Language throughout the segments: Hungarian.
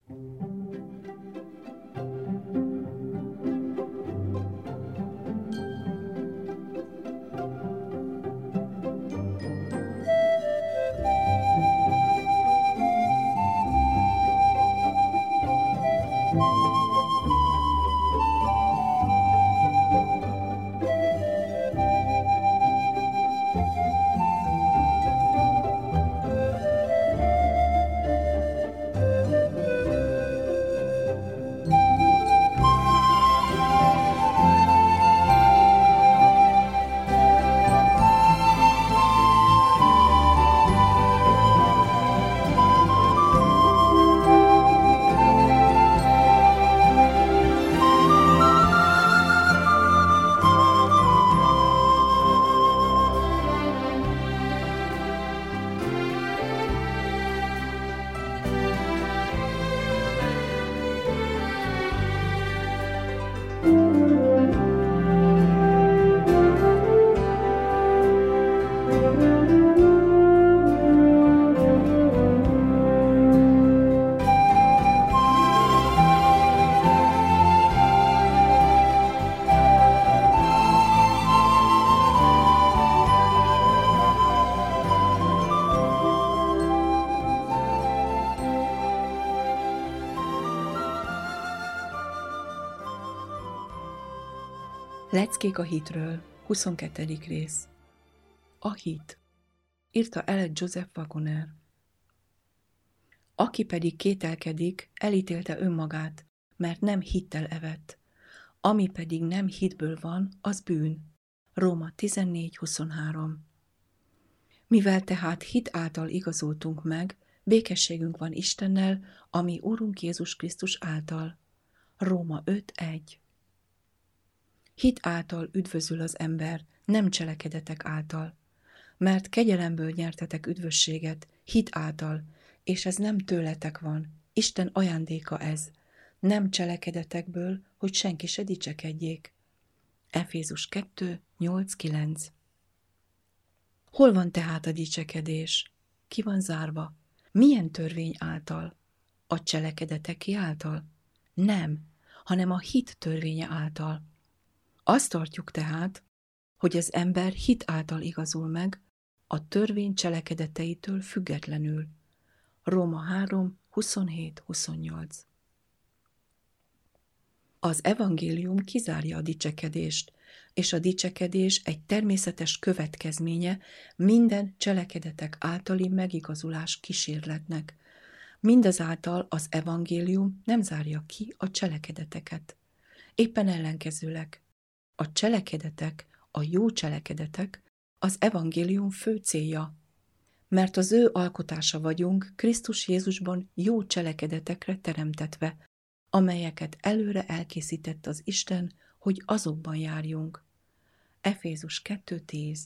Leckék a hitről, 22. rész. A hit. Írta Ellen Joseph Waggoner. Aki pedig kételkedik, elítélte önmagát, mert nem hittel evett. Ami pedig nem hitből van, az bűn. Róma 14.23. Mivel tehát hit által igazoltunk meg, békességünk van Istennel, ami Úrunk Jézus Krisztus által. Róma 5.1. Hit által üdvözül az ember, nem cselekedetek által. Mert kegyelemből nyertetek üdvösséget, hit által, és ez nem tőletek van, Isten ajándéka ez, nem cselekedetekből, hogy senki se dicsekedjék. Efézus 2.8-9. Hol van tehát a dicsekedés? Ki van zárva? Milyen törvény által? A cselekedeteké által? Nem, hanem a hit törvénye által. Azt tartjuk tehát, hogy az ember hit által igazul meg, a törvény cselekedeteitől függetlenül. Róma 3.27-28. Az evangélium kizárja a dicsekedést, és a dicsekedés egy természetes következménye minden cselekedetek általi megigazulás kísérletnek. Mindazáltal az evangélium nem zárja ki a cselekedeteket. Éppen ellenkezőleg. A cselekedetek, a jó cselekedetek az evangélium fő célja, mert az ő alkotása vagyunk Krisztus Jézusban jó cselekedetekre teremtetve, amelyeket előre elkészített az Isten, hogy azokban járjunk. Efézus 2.10.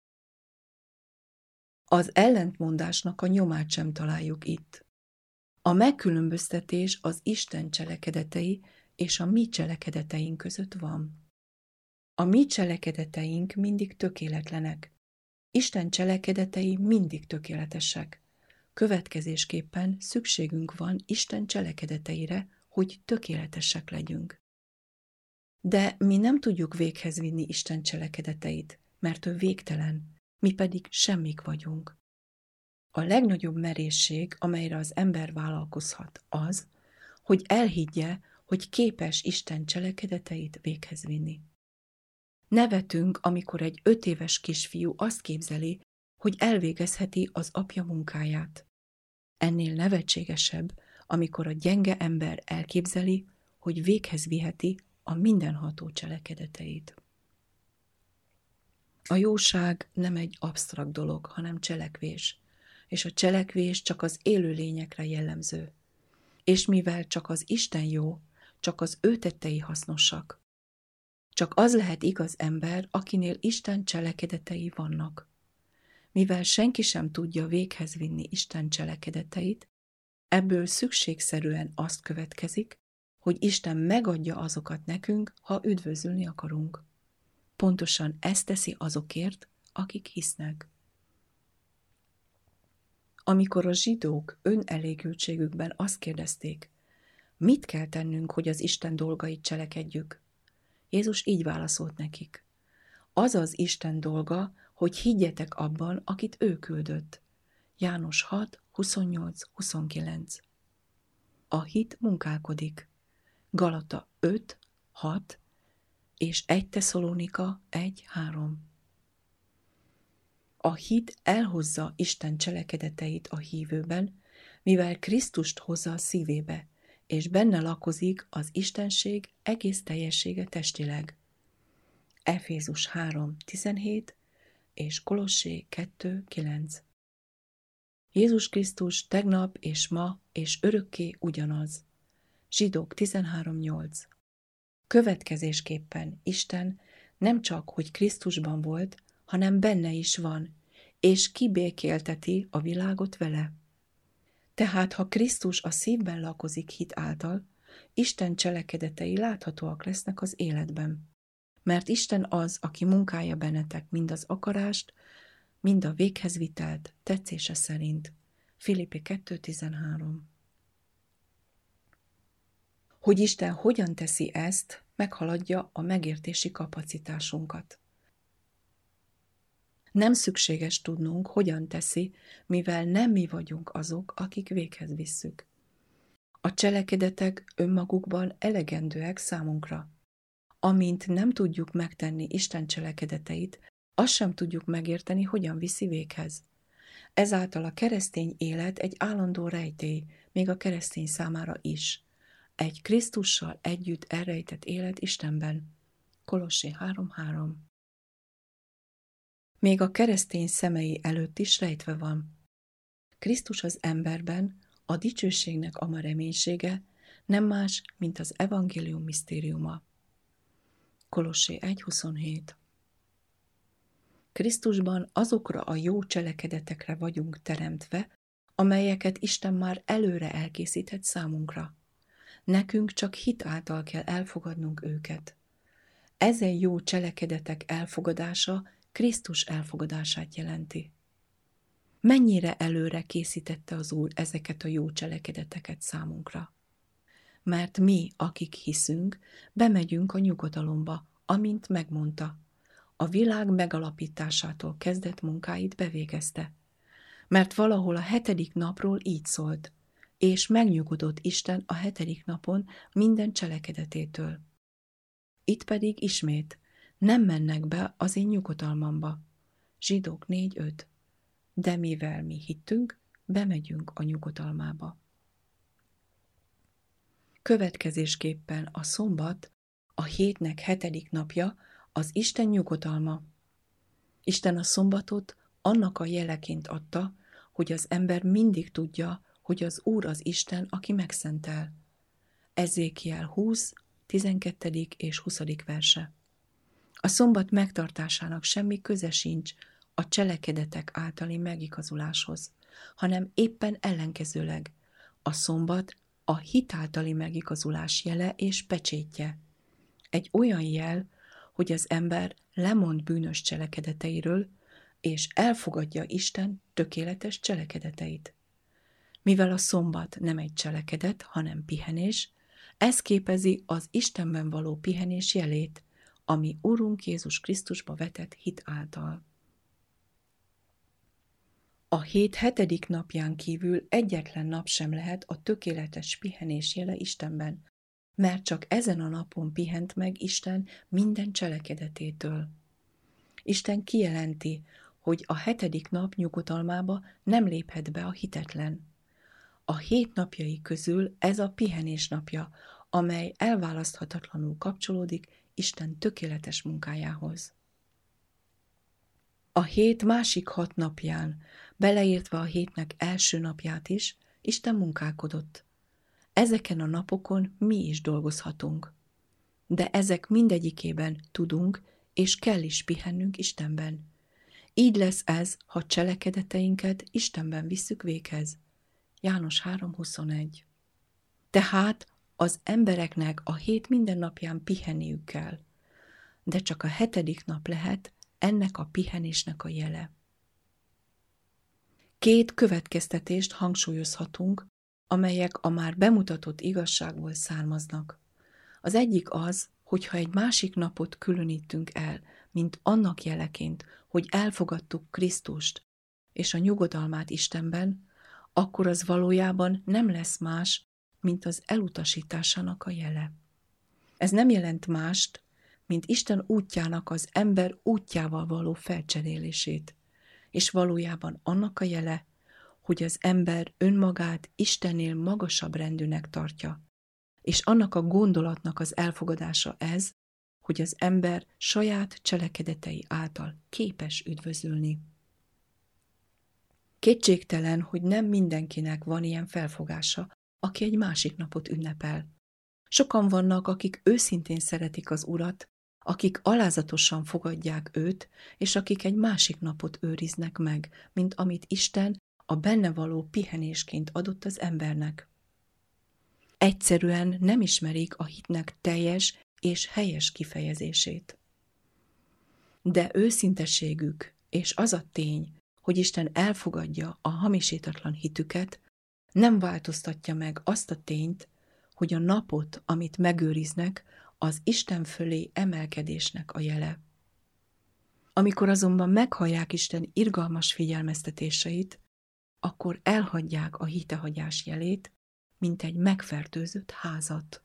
Az ellentmondásnak a nyomát sem találjuk itt. A megkülönböztetés az Isten cselekedetei és a mi cselekedeteink között van. A mi cselekedeteink mindig tökéletlenek. Isten cselekedetei mindig tökéletesek. Következésképpen szükségünk van Isten cselekedeteire, hogy tökéletesek legyünk. De mi nem tudjuk véghez vinni Isten cselekedeteit, mert ő végtelen, mi pedig semmik vagyunk. A legnagyobb merészség, amelyre az ember vállalkozhat, az, hogy elhiggye, hogy képes Isten cselekedeteit véghez vinni. Nevetünk, amikor egy 5 éves kisfiú azt képzeli, hogy elvégezheti az apja munkáját. Ennél nevetségesebb, amikor a gyenge ember elképzeli, hogy véghez viheti a mindenható cselekedeteit. A jóság nem egy absztrakt dolog, hanem cselekvés, és a cselekvés csak az élő lényekre jellemző. És mivel csak az Isten jó, csak az ő tettei hasznosak. Csak az lehet igaz ember, akinél Isten cselekedetei vannak. Mivel senki sem tudja véghez vinni Isten cselekedeteit, ebből szükségszerűen azt következik, hogy Isten megadja azokat nekünk, ha üdvözülni akarunk. Pontosan ezt teszi azokért, akik hisznek. Amikor a zsidók önelégültségükben azt kérdezték, Mit kell tennünk, hogy az Isten dolgait cselekedjük? Jézus így válaszolt nekik. Az az Isten dolga, hogy higgyetek abban, akit ő küldött. János 6, 28-29. A hit munkálkodik. Galata 5, 6 és 1 Tesszalonika 1, 3. A hit elhozza Isten cselekedeteit a hívőben, mivel Krisztust hozza a szívébe, és benne lakozik az Istenség egész teljessége testileg. Efézus 3, 17 és Kolossé 2, 9. Jézus Krisztus tegnap és ma és örökké ugyanaz. Zsidók 13, 8. Következésképpen Isten nem csak, hogy Krisztusban volt, hanem benne is van, és kibékélteti a világot vele. Tehát, ha Krisztus a szívben lakozik hit által, Isten cselekedetei láthatóak lesznek az életben. Mert Isten az, aki munkálja bennetek mind az akarást, mind a véghezvitelt tetszése szerint. Filippi 2.13. Hogy Isten hogyan teszi ezt, meghaladja a megértési kapacitásunkat. Nem szükséges tudnunk, hogyan teszi, mivel nem mi vagyunk azok, akik véghez visszük. A cselekedetek önmagukban elegendőek számunkra. Amint nem tudjuk megtenni Isten cselekedeteit, azt sem tudjuk megérteni, hogyan viszi véghez. Ezáltal a keresztény élet egy állandó rejtély, még a keresztény számára is. Egy Krisztussal együtt elrejtett élet Istenben. Kolossé 3.3. Még a keresztény szemei előtt is rejtve van. Krisztus az emberben, a dicsőségnek ama reménysége nem más, mint az evangélium misztériuma. Kolossé 1.27. Krisztusban azokra a jó cselekedetekre vagyunk teremtve, amelyeket Isten már előre elkészített számunkra. Nekünk csak hit által kell elfogadnunk őket. Ezen jó cselekedetek elfogadása Krisztus elfogadását jelenti. Mennyire előre készítette az Úr ezeket a jó cselekedeteket számunkra? Mert mi, akik hiszünk, bemegyünk a nyugodalomba, amint megmondta. A világ megalapításától kezdett munkáit bevégezte. Mert valahol a 7. napról így szólt, és megnyugodott Isten a 7. napon minden cselekedetétől. Itt pedig ismét, nem mennek be az én nyugodalmamba. Zsidók 4.5. De mivel mi hittünk, bemegyünk a nyugodalmába. Következésképpen a szombat, a hétnek 7. napja, az Isten nyugodalma. Isten a szombatot annak a jeleként adta, hogy az ember mindig tudja, hogy az Úr az Isten, aki megszentel. Ezékiel 20, 12. és 20. verse. A szombat megtartásának semmi köze sincs a cselekedetek általi megigazuláshoz, hanem éppen ellenkezőleg. A szombat a hit általi megigazulás jele és pecsétje. Egy olyan jel, hogy az ember lemond bűnös cselekedeteiről, és elfogadja Isten tökéletes cselekedeteit. Mivel a szombat nem egy cselekedet, hanem pihenés, ez képezi az Istenben való pihenés jelét, ami Urunk Jézus Krisztusba vetett hit által. A hét 7. napján kívül egyetlen nap sem lehet a tökéletes pihenés jele Istenben, mert csak ezen a napon pihent meg Isten minden cselekedetétől. Isten kijelenti, hogy a 7. nap nyugodalmába nem léphet be a hitetlen. A 7 napjai közül ez a pihenés napja, amely elválaszthatatlanul kapcsolódik Isten tökéletes munkájához. A hét másik 6 napján, beleértve a hétnek első napját is, Isten munkálkodott. Ezeken a napokon mi is dolgozhatunk. De ezek mindegyikében tudunk és kell is pihennünk Istenben. Így lesz ez, ha cselekedeteinket Istenben visszük véghez. János 3.21. Tehát az embereknek a hét minden napján pihenniük kell, de csak a 7. nap lehet ennek a pihenésnek a jele. 2 következtetést hangsúlyozhatunk, amelyek a már bemutatott igazságból származnak. Az egyik az, hogyha egy másik napot különítünk el, mint annak jeleként, hogy elfogadtuk Krisztust és a nyugodalmát Istenben, akkor az valójában nem lesz más, mint az elutasításának a jele. Ez nem jelent mást, mint Isten útjának az ember útjával való felcserélését, és valójában annak a jele, hogy az ember önmagát Istennél magasabb rendűnek tartja, és annak a gondolatnak az elfogadása ez, hogy az ember saját cselekedetei által képes üdvözülni. Kétségtelen, hogy nem mindenkinek van ilyen felfogása, aki egy másik napot ünnepel. Sokan vannak, akik őszintén szeretik az Urat, akik alázatosan fogadják őt, és akik egy másik napot őriznek meg, mint amit Isten a benne való pihenésként adott az embernek. Egyszerűen nem ismerik a hitnek teljes és helyes kifejezését. De őszinteségük és az a tény, hogy Isten elfogadja a hamisítatlan hitüket, nem változtatja meg azt a tényt, hogy a napot, amit megőriznek, az Isten fölé emelkedésnek a jele. Amikor azonban meghallják Isten irgalmas figyelmeztetéseit, akkor elhagyják a hitehagyás jelét, mint egy megfertőzött házat.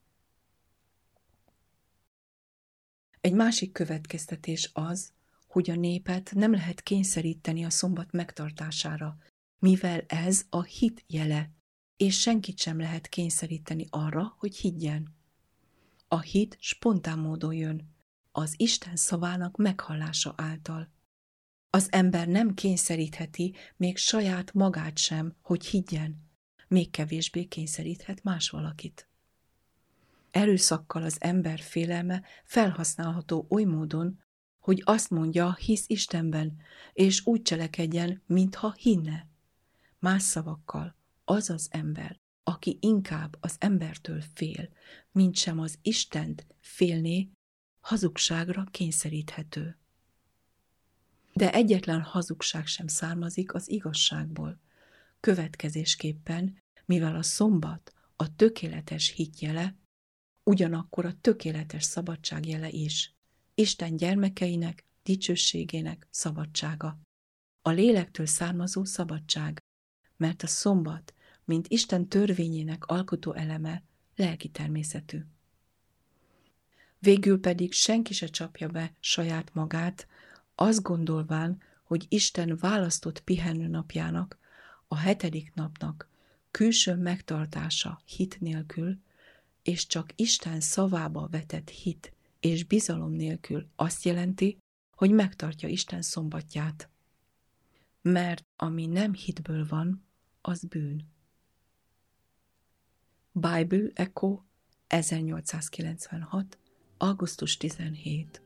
Egy másik következtetés az, hogy a népet nem lehet kényszeríteni a szombat megtartására, mivel ez a hit jele, és senkit sem lehet kényszeríteni arra, hogy higgyen. A hit spontán módon jön, az Isten szavának meghallása által. Az ember nem kényszerítheti még saját magát sem, hogy higgyen, még kevésbé kényszeríthet más valakit. Erőszakkal az ember félelme felhasználható oly módon, hogy azt mondja, hisz Istenben, és úgy cselekedjen, mintha hinne. Más szavakkal, az az ember, aki inkább az embertől fél, mint sem az Istent félné, hazugságra kényszeríthető. De egyetlen hazugság sem származik az igazságból. Következésképpen, mivel a szombat a tökéletes hit jele, ugyanakkor a tökéletes szabadság jele is. Isten gyermekeinek, dicsőségének szabadsága. A lélektől származó szabadság, mert a szombat, mint Isten törvényének alkotó eleme, lelki természetű. Végül pedig senki se csapja be saját magát, azt gondolván, hogy Isten választott pihenőnapjának, a 7. napnak külső megtartása hit nélkül, és csak Isten szavába vetett hit és bizalom nélkül azt jelenti, hogy megtartja Isten szombatját. Mert ami nem hitből van, az bűn. Bible Echo 1896. augusztus 17.